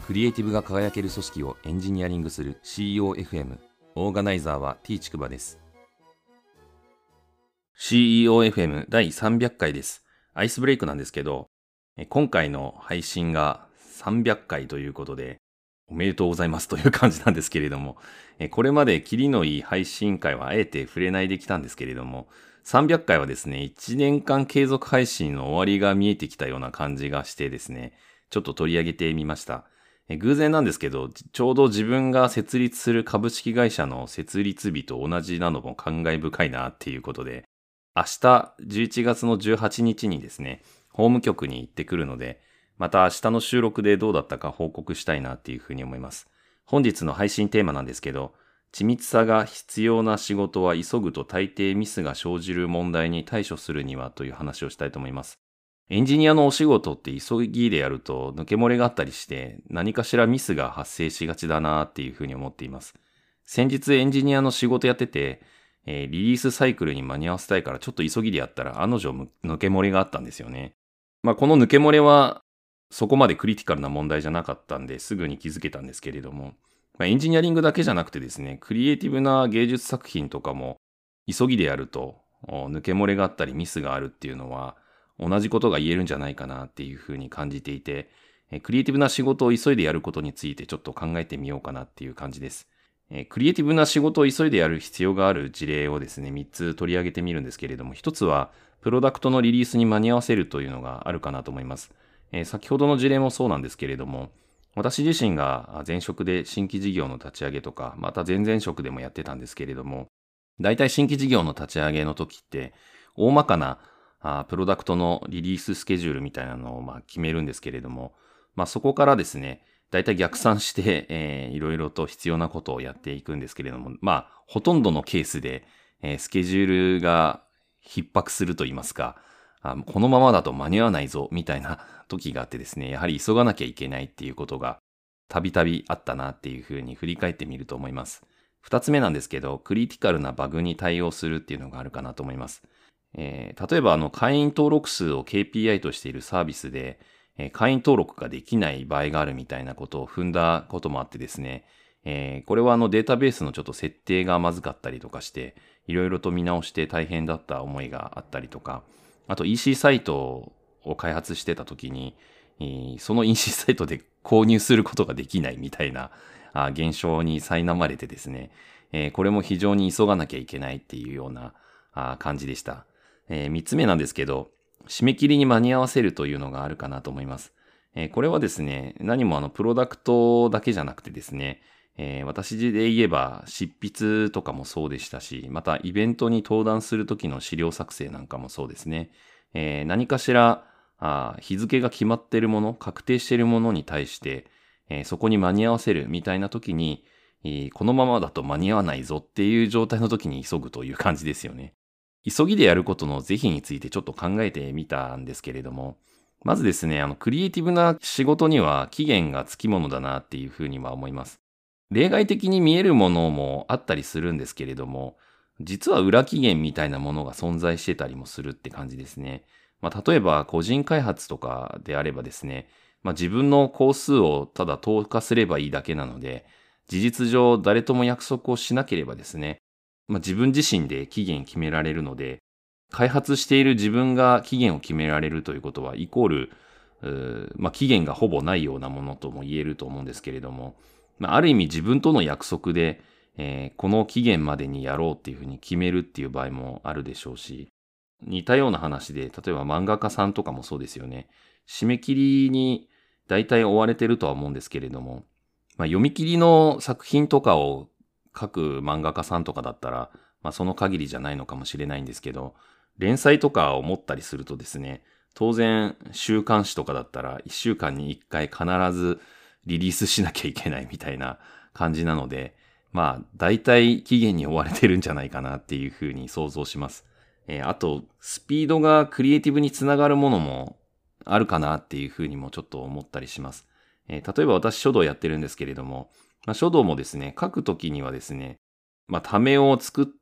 クリエイティブが輝ける組織をエンジニアリングする CEOFM。オーガナイザーは T ちくばです。CEOFM 第300回です。アイスブレイクなんですけど、今回の配信が300回ということで、おめでとうございますという感じなんですけれども、これまでキリのいい配信会はあえて触れないできたんですけれども、300回はですね、1年間継続配信の終わりが見えてきたような感じがしてですね、ちょっと取り上げてみました。偶然なんですけど、ちょうど自分が設立する株式会社の設立日と同じなのも感慨深いなっていうことで、明日11月の18日にですね、法務局に行ってくるので、また明日の収録でどうだったか報告したいなっていうふうに思います。本日の配信テーマなんですけど、緻密さが必要な仕事は急ぐと大抵ミスが生じる問題に対処するにはという話をしたいと思います。エンジニアのお仕事って急ぎでやると抜け漏れがあったりして何かしらミスが発生しがちだなっていうふうに思っています。先日エンジニアの仕事やってて、リリースサイクルに間に合わせたいからちょっと急ぎでやったら案の定抜け漏れがあったんですよね。この抜け漏れはそこまでクリティカルな問題じゃなかったんですぐに気づけたんですけれども、エンジニアリングだけじゃなくてですね、クリエイティブな芸術作品とかも急ぎでやると抜け漏れがあったりミスがあるっていうのは同じことが言えるんじゃないかなっていうふうに感じていて、クリエイティブな仕事を急いでやることについてちょっと考えてみようかなっていう感じです。クリエイティブな仕事を急いでやる必要がある事例をですね、3つ取り上げてみるんですけれども、1つはプロダクトのリリースに間に合わせるというのがあるかなと思います。先ほどの事例もそうなんですけれども、私自身が前職で新規事業の立ち上げとか、また前々職でもやってたんですけれども、大体新規事業の立ち上げの時って、大まかなプロダクトのリリーススケジュールみたいなのを決めるんですけれども、そこからですね、大体逆算して、いろいろと必要なことをやっていくんですけれども、ほとんどのケースで、スケジュールが逼迫すると言いますか、このままだと間に合わないぞ、みたいな時があってですね、やはり急がなきゃいけないっていうことがたびたびあったなっていうふうに振り返ってみると思います。二つ目なんですけど、クリティカルなバグに対応するっていうのがあるかなと思います。例えば会員登録数を KPI としているサービスで、会員登録ができない場合があるみたいなことを踏んだこともあってですね、これはデータベースのちょっと設定がまずかったりとかして、いろいろと見直して大変だった思いがあったりとか、あと EC サイトを開発してた時に、その EC サイトで購入することができないみたいな現象に苛まれてですね、これも非常に急がなきゃいけないっていうような感じでした。三つ目なんですけど、締め切りに間に合わせるというのがあるかなと思います。これはですね、何もプロダクトだけじゃなくてですね、私で言えば執筆とかもそうでしたし、またイベントに登壇するときの資料作成なんかもそうですね。何かしら日付が決まっているもの、確定しているものに対して、そこに間に合わせるみたいなときに、このままだと間に合わないぞっていう状態のときに急ぐという感じですよね。急ぎでやることの是非についてちょっと考えてみたんですけれども、まずですね、クリエイティブな仕事には期限がつきものだなっていうふうには思います。例外的に見えるものもあったりするんですけれども、実は裏期限みたいなものが存在してたりもするって感じですね。例えば個人開発とかであればですね、自分の工数をただ投下すればいいだけなので、事実上誰とも約束をしなければですね、自分自身で期限決められるので、開発している自分が期限を決められるということは、イコール、期限がほぼないようなものとも言えると思うんですけれども、ある意味自分との約束で、この期限までにやろうっていうふうに決めるっていう場合もあるでしょうし、似たような話で、例えば漫画家さんとかもそうですよね。締め切りに大体追われてるとは思うんですけれども、読み切りの作品とかを書く漫画家さんとかだったら、その限りじゃないのかもしれないんですけど、連載とかを持ったりするとですね、当然週刊誌とかだったら1週間に1回必ずリリースしなきゃいけないみたいな感じなので、大体期限に追われてるんじゃないかなっていうふうに想像します。あと、スピードがクリエイティブにつながるものもあるかなっていうふうにもちょっと思ったりします。例えば私書道やってるんですけれども、書道もですね、書くときにはですね、ためを作って、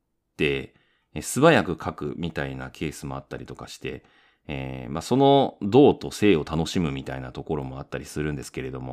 素早く書くみたいなケースもあったりとかして、その動と静を楽しむみたいなところもあったりするんですけれども、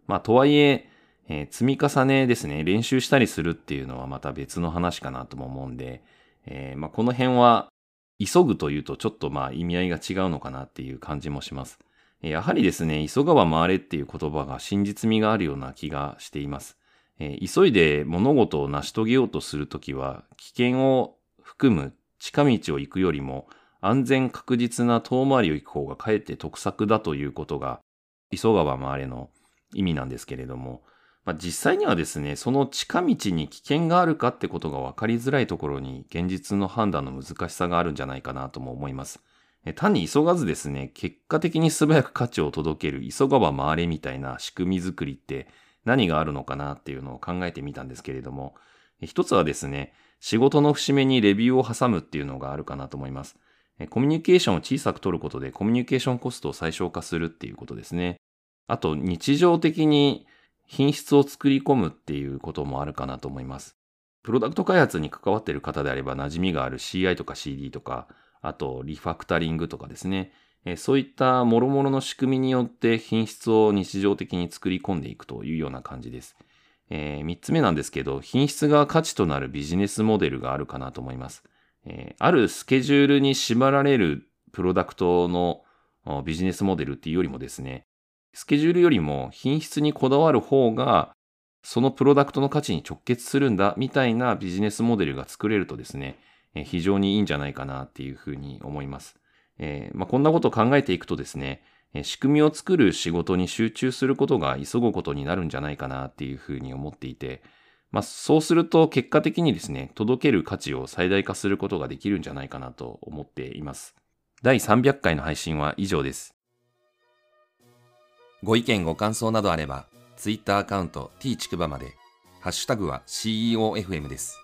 とはいえ、積み重ねですね、練習したりするっていうのはまた別の話かなとも思うんで、この辺は、急ぐというとちょっと意味合いが違うのかなっていう感じもします。やはりですね、急がば回れっていう言葉が真実味があるような気がしています。急いで物事を成し遂げようとするときは、危険を含む近道を行くよりも、安全確実な遠回りを行く方がかえって得策だということが、急がば回れの意味なんですけれども、実際にはですね、その近道に危険があるかってことが分かりづらいところに現実の判断の難しさがあるんじゃないかなとも思います。単に急がずですね、結果的に素早く価値を届ける急がば回れみたいな仕組み作りって何があるのかなっていうのを考えてみたんですけれども、一つはですね、仕事の節目にレビューを挟むっていうのがあるかなと思います。コミュニケーションを小さく取ることでコミュニケーションコストを最小化するっていうことですね。あと、日常的に品質を作り込むっていうこともあるかなと思います。プロダクト開発に関わっている方であれば馴染みがある CI とか CD とか、あとリファクタリングとかですね。そういった諸々の仕組みによって品質を日常的に作り込んでいくというような感じです。三つ目なんですけど、品質が価値となるビジネスモデルがあるかなと思います。あるスケジュールに縛られるプロダクトのビジネスモデルっていうよりもですね、スケジュールよりも品質にこだわる方が、そのプロダクトの価値に直結するんだみたいなビジネスモデルが作れるとですね、非常にいいんじゃないかなっていうふうに思います。こんなことを考えていくとですね、仕組みを作る仕事に集中することが急ぐことになるんじゃないかなっていうふうに思っていて、そうすると結果的にですね、届ける価値を最大化することができるんじゃないかなと思っています。第300回の配信は以上です。ご意見ご感想などあれば、Twitter アカウント t ちくばまで、ハッシュタグは CEOFM です。